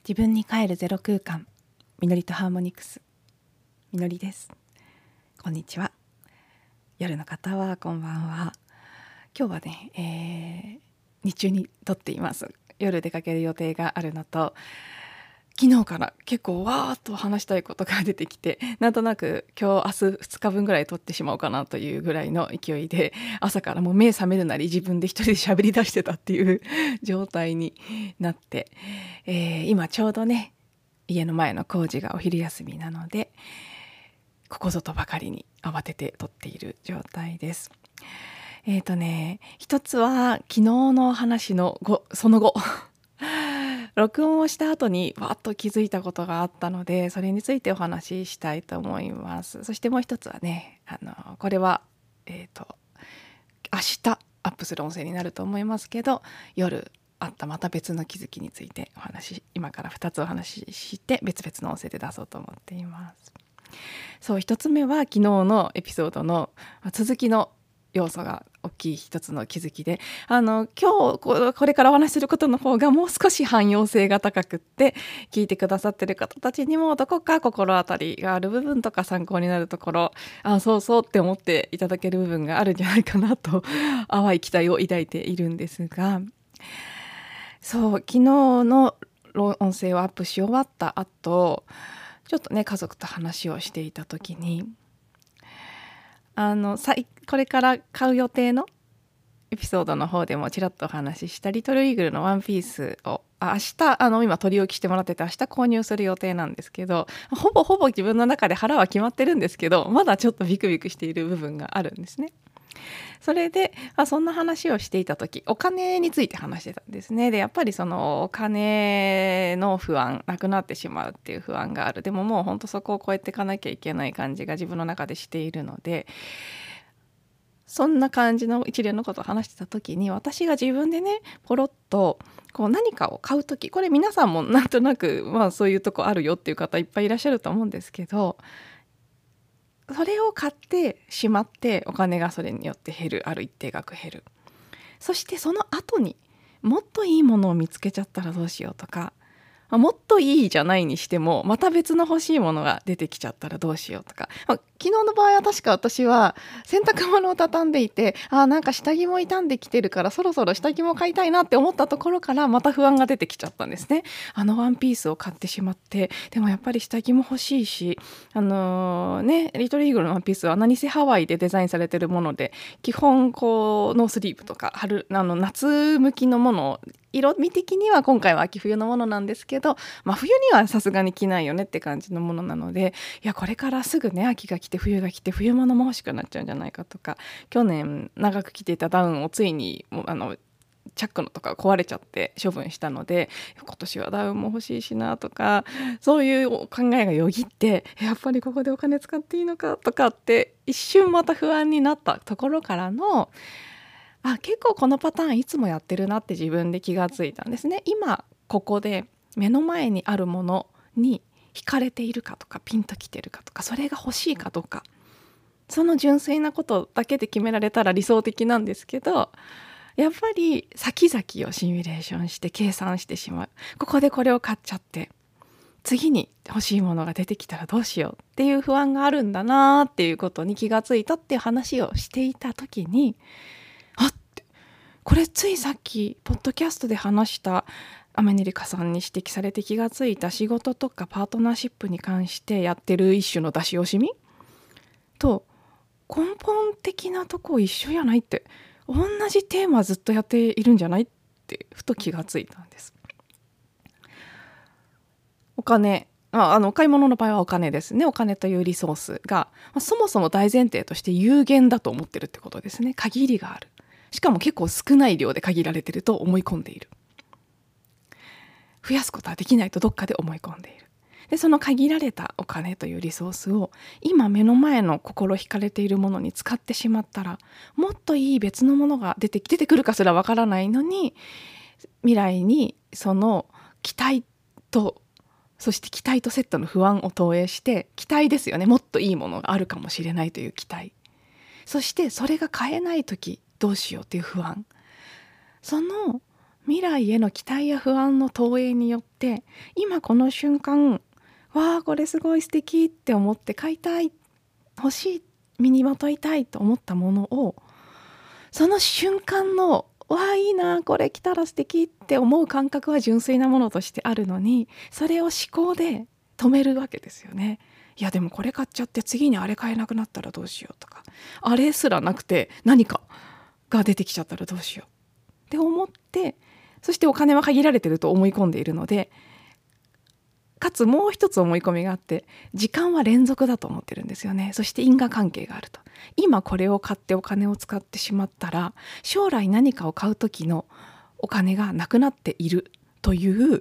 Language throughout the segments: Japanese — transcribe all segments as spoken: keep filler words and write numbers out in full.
自分に帰るゼロ空間、みのりとハーモニクス、みのりです。こんにちは。夜の方はこんばんは。今日はね、えー、日中に撮っています。夜出かける予定があるのと、昨日から結構わーっと話したいことが出てきて、なんとなく今日明日ふつかぶんぐらい撮ってしまおうかなというぐらいの勢いで、朝からもう目覚めるなり自分で一人で喋り出してたっていう状態になって、えー、今ちょうどね家の前の工事がお昼休みなので、ここぞとばかりに慌てて撮っている状態です。えーとね一つは昨日の話の後その後録音をした後にわっと気づいたことがあったので、それについてお話ししたいと思います。そしてもう一つはね、あのこれは、えーと、明日アップする音声になると思いますけど、夜あったまた別の気づきについてお話今からふたつお話しして別々の音声で出そうと思っています。そうひとつめは昨日のエピソードの続きの要素が大きい一つの気づきで、あの今日これからお話しすることの方がもう少し汎用性が高くって、聞いてくださってる方たちにもどこか心当たりがある部分とか参考になるところ、あそうそうって思っていただける部分があるんじゃないかなと淡い期待を抱いているんですが、そう昨日の音声をアップし終わった後、ちょっとね家族と話をしていた時に、あのさこれから買う予定のエピソードの方でもちらっとお話ししたリトルイーグルのワンピースをあ明日あの今取り置きしてもらってて明日購入する予定なんですけど、ほぼほぼ自分の中で腹は決まってるんですけど、まだちょっとビクビクしている部分があるんですね。それであそんな話をしていた時、お金について話してたんですね。でやっぱりそのお金の不安、なくなってしまうっていう不安がある。でももうほんとそこを超えていかなきゃいけない感じが自分の中でしているので、そんな感じの一連のことを話してた時に、私が自分でねポロッとこう何かを買う時、これ皆さんもなんとなくまあそういうとこあるよっていう方いっぱいいらっしゃると思うんですけど、それを買ってしまってお金がそれによって減る、ある一定額減る。そしてその後にもっといいものを見つけちゃったらどうしようとか、もっといいじゃないにしてもまた別の欲しいものが出てきちゃったらどうしようとか、まあ、昨日の場合は確か私は洗濯物を畳んでいて、あなんか下着も傷んできてるからそろそろ下着も買いたいなって思ったところからまた不安が出てきちゃったんですね。あのワンピースを買ってしまって、でもやっぱり下着も欲しいし、あのー、ねリトルイーグルのワンピースは何せハワイでデザインされてるもので、基本こうノースリーブとか春あの夏向きのものを、色味的には今回は秋冬のものなんですけど、まあ、冬にはさすがに着ないよねって感じのものなので、いやこれからすぐね秋が来て冬が来て冬物も欲しくなっちゃうんじゃないかとか、去年長く着ていたダウンをついにもうあのチャックのとか壊れちゃって処分したので、今年はダウンも欲しいしなとか、そういう考えがよぎって、やっぱりここでお金使っていいのかとかって一瞬また不安になったところからの、あ結構このパターンいつもやってるなって自分で気がついたんですね。今ここで目の前にあるものに惹かれているかとか、ピンときてるかとか、それが欲しいかどうか、その純粋なことだけで決められたら理想的なんですけど、やっぱり先々をシミュレーションして計算してしまう。ここでこれを買っちゃって次に欲しいものが出てきたらどうしようっていう不安があるんだなっていうことに気がついたっていう話をしていた時に、あってこれついさっきポッドキャストで話したアメネリカさんに指摘されて気がついた仕事とかパートナーシップに関してやってる一種の出し惜しみと根本的なとこ一緒やないって、同じテーマずっとやっているんじゃないってふと気がついたんです。お金、ああのお買い物の場合はお金ですね。お金というリソースが、まあ、そもそも大前提として有限だと思ってるってことですね。限りがある。しかも結構少ない量で限られてると思い込んでいる。増やすことはできないとどっかで思い込んでいる。でその限られたお金というリソースを今目の前の心惹かれているものに使ってしまったら、もっといい別のものが出て出てくるかすらわからないのに、未来にその期待とそして期待とセットの不安を投影して、期待ですよね、もっといいものがあるかもしれないという期待、そしてそれが買えない時どうしようという不安、その未来への期待や不安の投影によって、今この瞬間、わあこれすごい素敵って思って買いたい、欲しい、身にまといたいと思ったものを、その瞬間のわあいいなこれ着たら素敵って思う感覚は純粋なものとしてあるのに、それを思考で止めるわけですよね。いやでもこれ買っちゃって次にあれ買えなくなったらどうしようとか、あれすらなくて何かが出てきちゃったらどうしようって思って、そしてお金は限られてると思い込んでいるので、かつもう一つ思い込みがあって、時間は連続だと思ってるんですよね。そして因果関係があると。今これを買ってお金を使ってしまったら、将来何かを買う時のお金がなくなっているという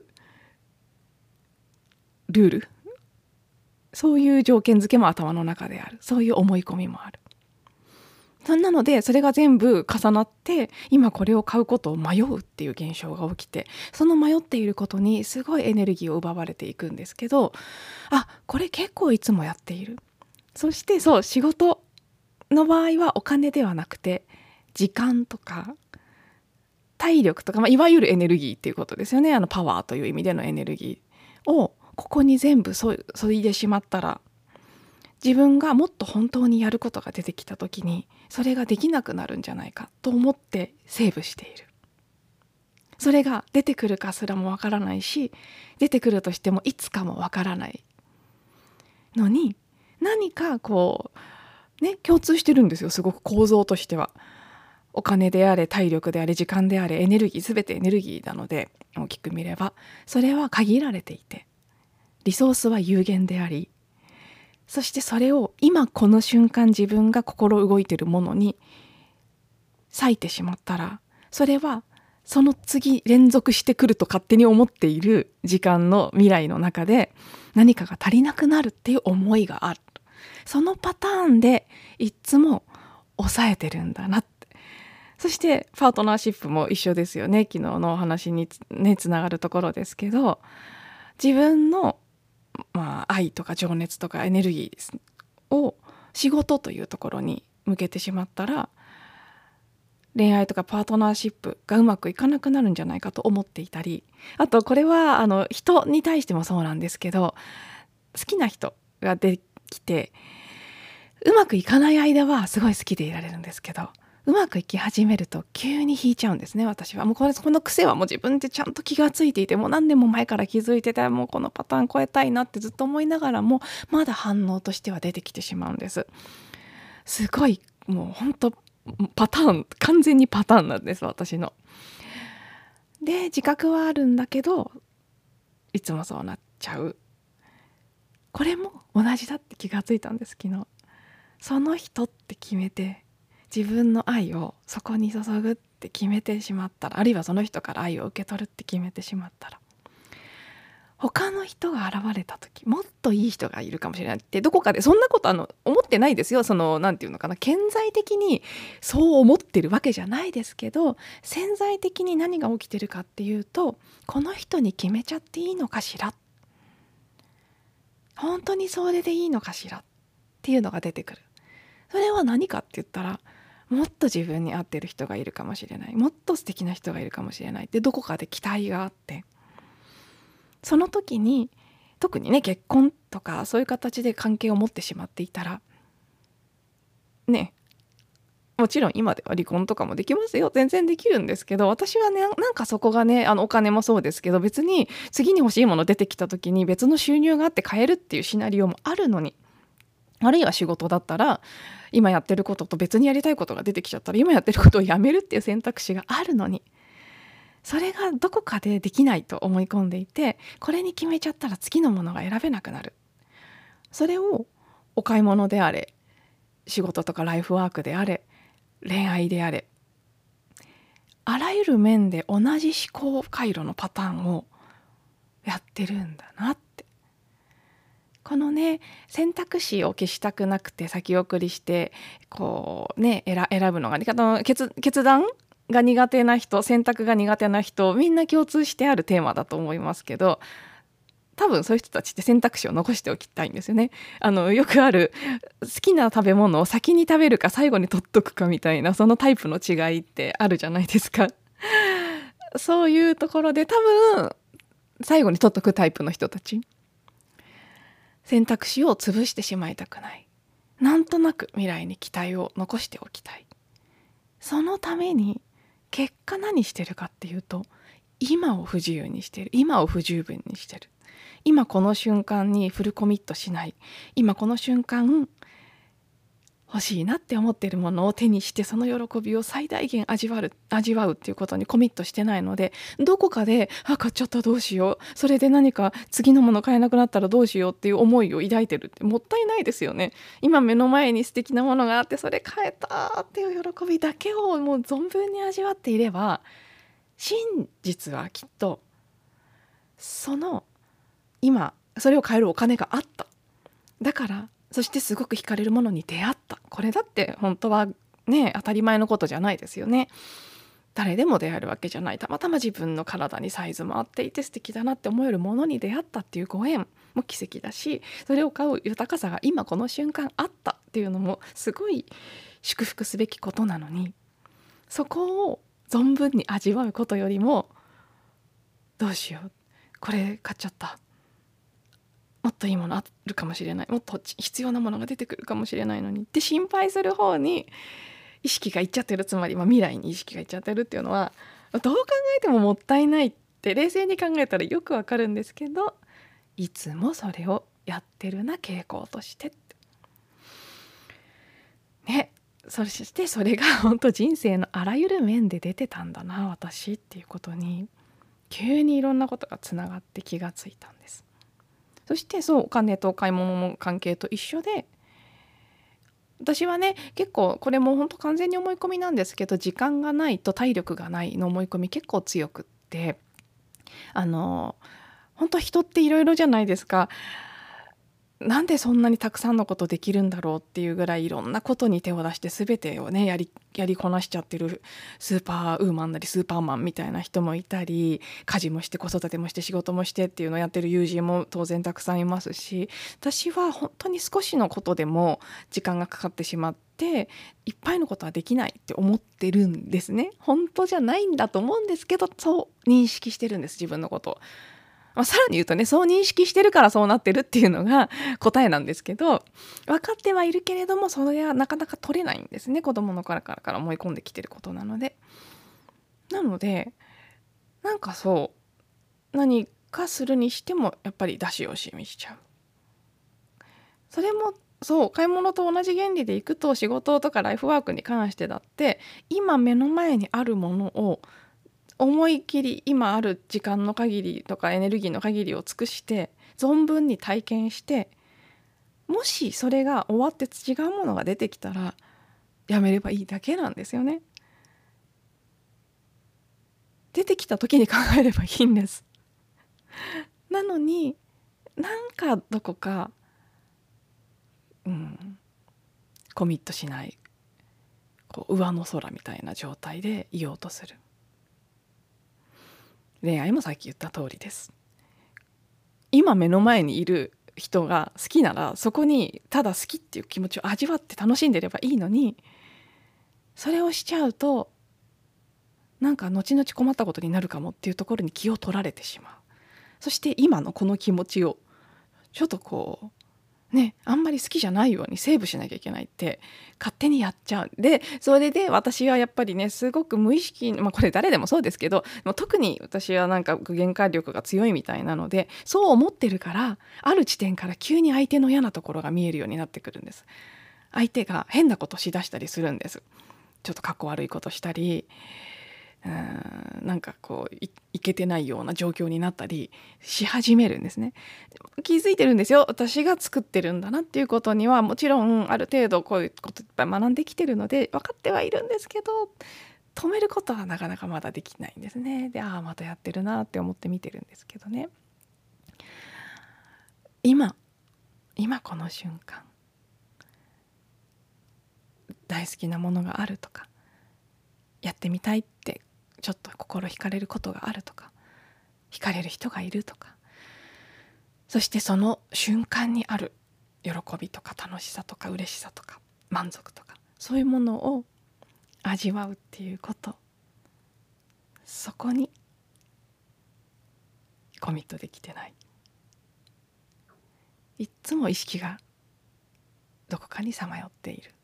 ルール、そういう条件付けも頭の中である。そういう思い込みもある。そんなのでそれが全部重なって、今これを買うことを迷うっていう現象が起きて、その迷っていることにすごいエネルギーを奪われていくんですけど、あ、これ結構いつもやっている。そしてそう、仕事の場合はお金ではなくて時間とか体力とか、まあ、いわゆるエネルギーっていうことですよね。あのパワーという意味でのエネルギーをここに全部そいでしまったら、自分がもっと本当にやることが出てきた時にそれができなくなるんじゃないかと思ってセーブしている。それが出てくるかすらもわからないし、出てくるとしてもいつかもわからないのに、何かこうね、共通してるんですよ、すごく構造としては。お金であれ体力であれ時間であれエネルギー、全てエネルギーなので、大きく見ればそれは限られていて、リソースは有限であり、そしてそれを今この瞬間自分が心動いているものに割いてしまったら、それはその次連続してくると勝手に思っている時間の未来の中で何かが足りなくなるっていう思いがある。そのパターンでいつも抑えてるんだなって。そしてパートナーシップも一緒ですよね。昨日のお話にねつながるところですけど、自分のまあ、愛とか情熱とかエネルギーです、を仕事というところに向けてしまったら、恋愛とかパートナーシップがうまくいかなくなるんじゃないかと思っていたり、あとこれはあの人に対してもそうなんですけど、好きな人ができてうまくいかない間はすごい好きでいられるんですけど、うまくいき始めると急に引いちゃうんですね。私はもうこれこの癖はもう自分でちゃんと気がついていて、もう何年も前から気づいてて、もうこのパターン超えたいなってずっと思いながらも、まだ反応としては出てきてしまうんです。すごいもう本当パターン、完全にパターンなんです、私の。で自覚はあるんだけどいつもそうなっちゃう。これも同じだって気がついたんです、昨日。その人って決めて、自分の愛をそこに注ぐって決めてしまったら、あるいはその人から愛を受け取るって決めてしまったら、他の人が現れた時もっといい人がいるかもしれないって、どこかでそんなことあの思ってないですよ。そのなんていうのかな、顕在的にそう思ってるわけじゃないですけど、潜在的に何が起きてるかっていうと、この人に決めちゃっていいのかしら、本当にそれでいいのかしらっていうのが出てくる。それは何かって言ったら、もっと自分に合ってる人がいるかもしれない、もっと素敵な人がいるかもしれないって、どこかで期待があって、その時に特にね、結婚とかそういう形で関係を持ってしまっていたらね、もちろん今では離婚とかもできますよ、全然できるんですけど、私はね、なんかそこがね、あのお金もそうですけど、別に次に欲しいもの出てきた時に別の収入があって買えるっていうシナリオもあるのに、あるいは仕事だったら今やってることと別にやりたいことが出てきちゃったら、今やってることをやめるっていう選択肢があるのに、それがどこかでできないと思い込んでいて、これに決めちゃったら次のものが選べなくなる。それをお買い物であれ、仕事とかライフワークであれ、恋愛であれ、あらゆる面で同じ思考回路のパターンをやってるんだなって。このね、選択肢を消したくなくて先送りしてこうね、選, 選ぶのが、ね、決, 決断が苦手な人、選択が苦手な人、みんな共通してあるテーマだと思いますけど、多分そういう人たちって選択肢を残しておきたいんですよね。あのよくある好きな食べ物を先に食べるか最後に取っとくかみたいな、そのタイプの違いってあるじゃないですか。 そういうところで多分最後に取っとくタイプの人たち、選択肢を潰してしまいたくない、なんとなく未来に期待を残しておきたい、そのために結果何してるかっていうと、今を不自由にしてる、今を不十分にしてる、今この瞬間にフルコミットしない、今この瞬間欲しいなって思っているものを手にして、その喜びを最大限味わう味わうっていうことにコミットしてないので、どこかであ買っちゃったどうしよう、それで何か次のもの買えなくなったらどうしようっていう思いを抱いてるってもったいないですよね。今目の前に素敵なものがあって、それ買えたっていう喜びだけをもう存分に味わっていれば、真実はきっとその今それを買えるお金があった、だからそしてすごく惹かれるものに出会った、これだって本当はね当たり前のことじゃないですよね。誰でも出会えるわけじゃない、たまたま自分の体にサイズも合っていて素敵だなって思えるものに出会ったっていうご縁も奇跡だし、それを買う豊かさが今この瞬間あったっていうのもすごい祝福すべきことなのに、そこを存分に味わうことよりも、どうしようこれ買っちゃった、もっといいものあるかもしれない、もっと必要なものが出てくるかもしれないのにって心配する方に意識がいっちゃってる、つまり、まあ、未来に意識がいっちゃってるっていうのは、どう考えてももったいないって冷静に考えたらよくわかるんですけど、いつもそれをやってるな傾向としてってね、そしてそれが本当人生のあらゆる面で出てたんだな私っていうことに、急にいろんなことがつながって気がついたんです。そしてそうお金と買い物の関係と一緒で、私はね結構これも本当完全に思い込みなんですけど、時間がないと体力がないの思い込み結構強くって、あの本当人っていろいろじゃないですか。なんでそんなにたくさんのことできるんだろうっていうぐらいいろんなことに手を出して全てをねやり、やりこなしちゃってるスーパーウーマンなりスーパーマンみたいな人もいたり、家事もして子育てもして仕事もしてっていうのをやってる友人も当然たくさんいますし、私は本当に少しのことでも時間がかかってしまっていっぱいのことはできないって思ってるんですね。本当じゃないんだと思うんですけど、そう認識してるんです自分のことを。まあ、さらに言うとね、そう認識してるからそうなってるっていうのが答えなんですけど、分かってはいるけれどもそれはなかなか取れないんですね。子供の頃からから思い込んできてることなので。なのでなんかそう何かするにしてもやっぱり出し惜しみしちゃう。それもそう買い物と同じ原理でいくと、仕事とかライフワークに関してだって今目の前にあるものを思い切り今ある時間の限りとかエネルギーの限りを尽くして存分に体験して、もしそれが終わって違うものが出てきたらやめればいいだけなんですよね。出てきた時に考えればいいんです。なのになんかどこか、うん、コミットしない、こう上の空みたいな状態でいようとする。恋愛もさっき言った通りです。今目の前にいる人が好きならそこにただ好きっていう気持ちを味わって楽しんでればいいのに、それをしちゃうとなんか後々困ったことになるかもっていうところに気を取られてしまう。そして今のこの気持ちをちょっとこうね、あんまり好きじゃないようにセーブしなきゃいけないって勝手にやっちゃう。でそれで私はやっぱりねすごく無意識、まあ、これ誰でもそうですけど、もう特に私はなんか具現化力が強いみたいなので、そう思ってるからある地点から急に相手の嫌なところが見えるようになってくるんです。相手が変なことしだしたりするんです。ちょっとかっこ悪いことしたり、うーんなんかこう い, いけてないような状況になったりし始めるんですね。気づいてるんですよ。私が作ってるんだなっていうことにはもちろんある程度こういうこといっぱい学んできてるので分かってはいるんですけど、止めることはなかなかまだできないんですね。で、ああまたやってるなって思って見てるんですけどね。今今この瞬間大好きなものがあるとか、やってみたいってちょっと心惹かれることがあるとか、惹かれる人がいるとか、そしてその瞬間にある喜びとか楽しさとか嬉しさとか満足とか、そういうものを味わうっていうこと、 そこにコミットできてない。いっつも意識がどこかにさまよっている。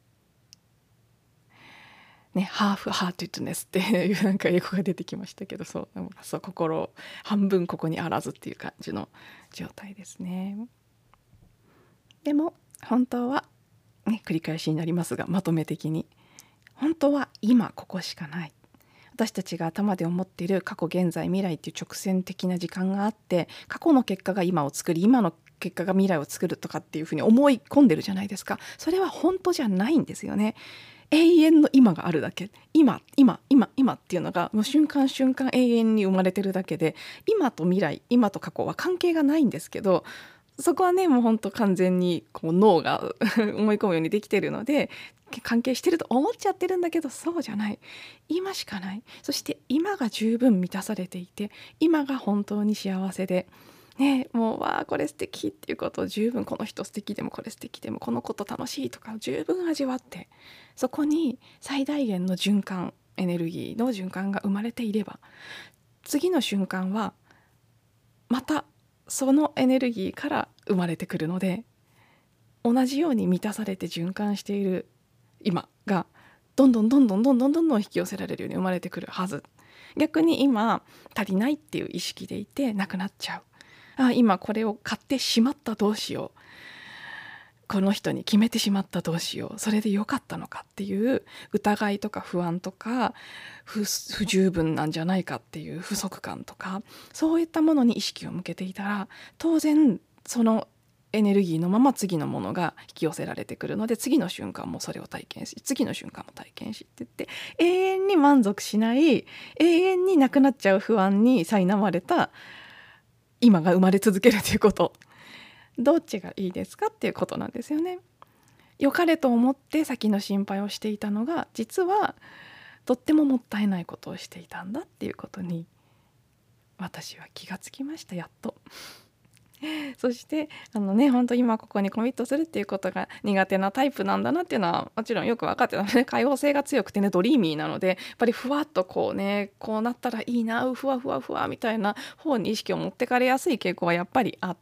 ね、ハーフハートイットネスっていうなんか英語が出てきましたけど、そう、そう心半分ここにあらずっていう感じの状態ですね。でも本当は、ね、繰り返しになりますが、まとめ的に本当は今ここしかない。私たちが頭で思っている過去現在未来っていう直線的な時間があって、過去の結果が今を作り、今の結果が未来を作るとかっていうふうに思い込んでるじゃないですか。それは本当じゃないんですよね。永遠の今があるだけ。今今今今っていうのがもう瞬間瞬間永遠に生まれてるだけで、今と未来今と過去は関係がないんですけど、そこはねもう本当完全にこう脳が思い込むようにできてるので関係してると思っちゃってるんだけど、そうじゃない。今しかない。そして今が十分満たされていて、今が本当に幸せでね、もうわあこれ素敵っていうことを十分、この人素敵でもこれ素敵でもこのこと楽しいとか十分味わって、そこに最大限の循環、エネルギーの循環が生まれていれば、次の瞬間はまたそのエネルギーから生まれてくるので、同じように満たされて循環している今がどんどんどんどんどんどんどんどん引き寄せられるように生まれてくるはず。逆に今足りないっていう意識でいてなくなっちゃう。あ、今これを買ってしまったどうしよう、この人に決めてしまったどうしよう、それで良かったのかっていう疑いとか不安とか 不, 不十分なんじゃないかっていう不足感とか、そういったものに意識を向けていたら、当然そのエネルギーのまま次のものが引き寄せられてくるので、次の瞬間もそれを体験し、次の瞬間も体験しって言って、永遠に満足しない、永遠になくなっちゃう不安に苛まれた今が生まれ続けるということ、どっちがいいですかっていうことなんですよね。良かれと思って先の心配をしていたのが、実はとってももったいないことをしていたんだっていうことに私は気がつきました、やっと。そしてあのね、本当今ここにコミットするっていうことが苦手なタイプなんだなっていうのはもちろんよく分かってたので、開放性が強くてね、ドリーミーなので、やっぱりふわっとこうね、こうなったらいいな、うふわふわふわみたいな方に意識を持ってかれやすい傾向はやっぱりあって、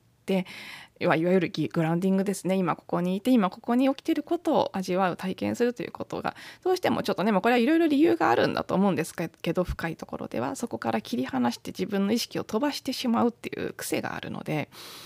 いわゆるグラウンディングですね。今ここにいて今ここに起きていることを味わう、体験するということがどうしてもちょっとね、もうこれはいろいろ理由があるんだと思うんですけど、深いところではそこから切り離して自分の意識を飛ばしてしまうっていう癖があるので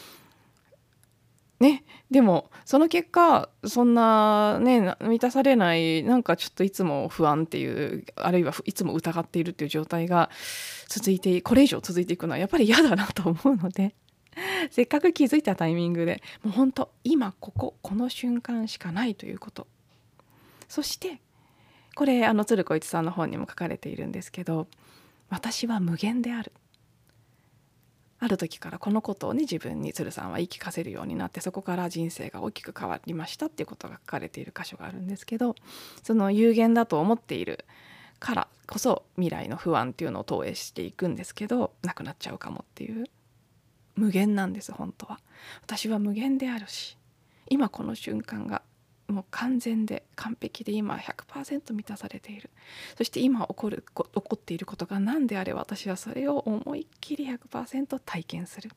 ね。でもその結果そんなね、満たされない、なんかちょっといつも不安っていう、あるいはいつも疑っているっていう状態が続いて、これ以上続いていくのはやっぱり嫌だなと思うので、せっかく気づいたタイミングでもう本当今こここの瞬間しかないということ。そしてこれあの鶴子一さんの本にも書かれているんですけど、私は無限である。ある時からこのことをね、自分に鶴さんは言い聞かせるようになって、そこから人生が大きく変わりましたっていうことが書かれている箇所があるんですけど、その有限だと思っているからこそ未来の不安っていうのを投影していくんですけど、なくなっちゃうかもっていう、無限なんです。本当は私は無限であるし、今この瞬間がもう完全で完璧で今 ひゃくパーセント 満たされている。そして今起こる起こっていることが何であれ私はそれを思いっきり ひゃくパーセント 体験する。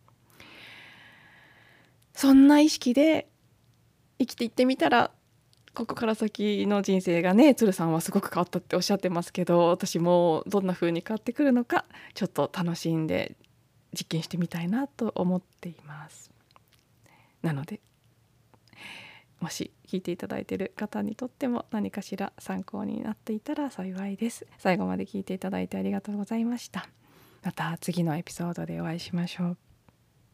そんな意識で生きていってみたら、ここから先の人生がね、鶴さんはすごく変わったっておっしゃってますけど、私もどんな風に変わってくるのかちょっと楽しんで実験してみたいなと思っています。なのでもし聞いていただいている方にとっても何かしら参考になっていたら幸いです。最後まで聞いていただいてありがとうございました。また次のエピソードでお会いしましょう。